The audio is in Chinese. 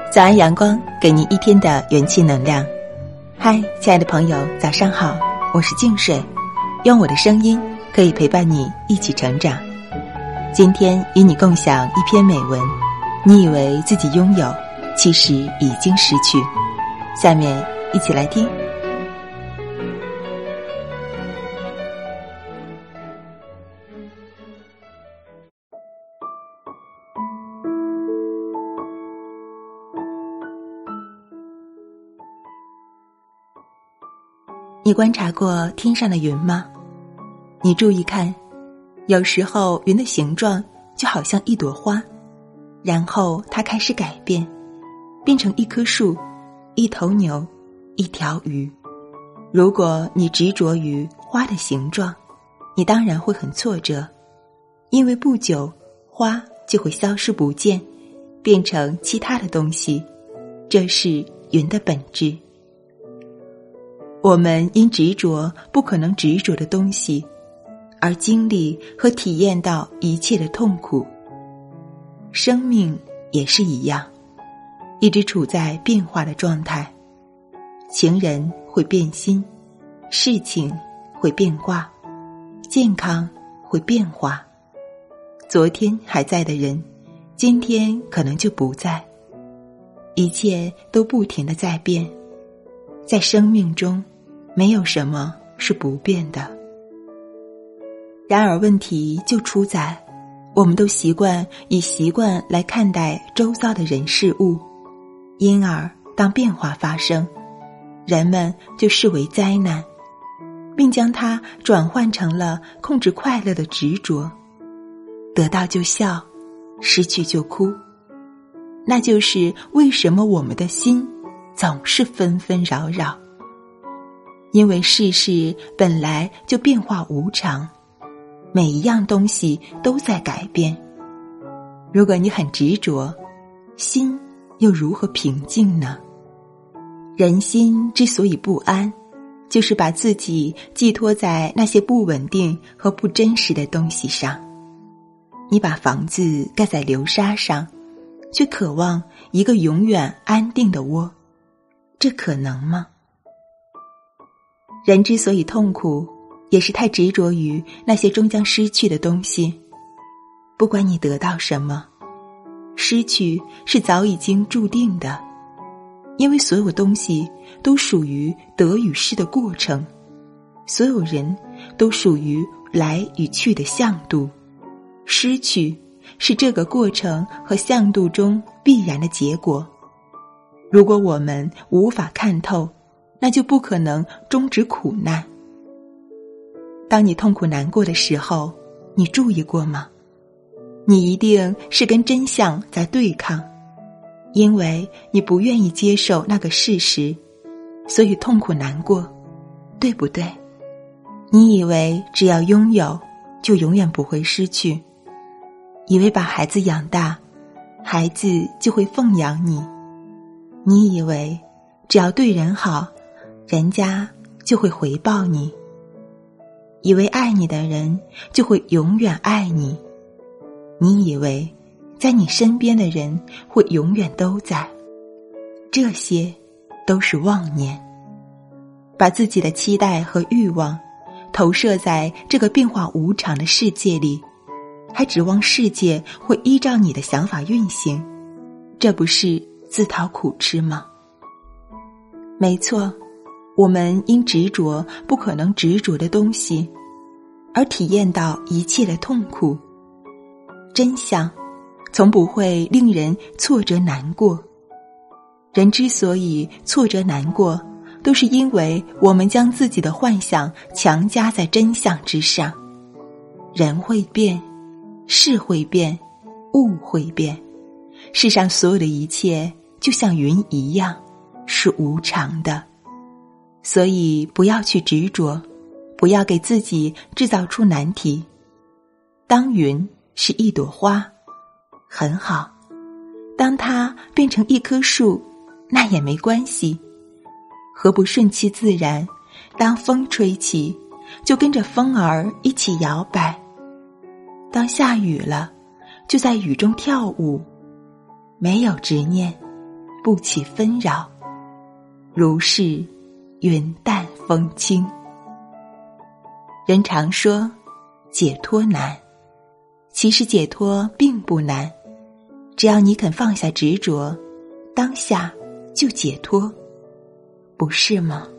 早安阳光，给您一天的元气能量。嗨，亲爱的朋友，早上好，我是静水，用我的声音可以陪伴你一起成长。今天与你共享一篇美文，你以为自己拥有，其实已经失去。下面一起来听。你观察过天上的云吗？你注意看，有时候云的形状就好像一朵花，然后它开始改变，变成一棵树、一头牛、一条鱼。如果你执着于花的形状，你当然会很挫折，因为不久花就会消失不见，变成其他的东西。这是云的本质。我们因执着不可能执着的东西，而经历和体验到一切的痛苦。生命也是一样，一直处在变化的状态。情人会变心，事情会变卦，健康会变化。昨天还在的人，今天可能就不在。一切都不停地在变，在生命中没有什么是不变的。然而问题就出在，我们都以习惯来看待周遭的人事物，因而当变化发生，人们就视为灾难，并将它转换成了控制快乐的执着。得到就笑，失去就哭。那就是为什么我们的心总是纷纷扰扰。因为世事本来就变化无常，每一样东西都在改变。如果你很执着，心又如何平静呢？人心之所以不安，就是把自己寄托在那些不稳定和不真实的东西上。你把房子盖在流沙上，却渴望一个永远安定的窝，这可能吗？人之所以痛苦，也是太执着于那些终将失去的东西。不管你得到什么，失去是早已经注定的，因为所有东西都属于得与失的过程，所有人都属于来与去的向度。失去是这个过程和向度中必然的结果。如果我们无法看透，那就不可能终止苦难。当你痛苦难过的时候，你注意过吗？你一定是跟真相在对抗，因为你不愿意接受那个事实，所以痛苦难过，对不对？你以为只要拥有，就永远不会失去，以为把孩子养大，孩子就会奉养你，你以为只要对人好，人家就会回报你，以为爱你的人就会永远爱你，你以为在你身边的人会永远都在，这些都是妄念。把自己的期待和欲望投射在这个变化无常的世界里，还指望世界会依照你的想法运行，这不是自讨苦吃吗？没错，我们因执着不可能执着的东西，而体验到一切的痛苦。真相从不会令人挫折难过。人之所以挫折难过，都是因为我们将自己的幻想强加在真相之上。人会变，事会变，物会变，世上所有的一切就像云一样，是无常的。所以不要去执着，不要给自己制造出难题。当云是一朵花，很好；当它变成一棵树，那也没关系。何不顺其自然？当风吹起，就跟着风儿一起摇摆；当下雨了，就在雨中跳舞。没有执念， 不起纷扰，如是云淡风轻。人常说解脱难，其实解脱并不难，只要你肯放下执着，当下就解脱，不是吗？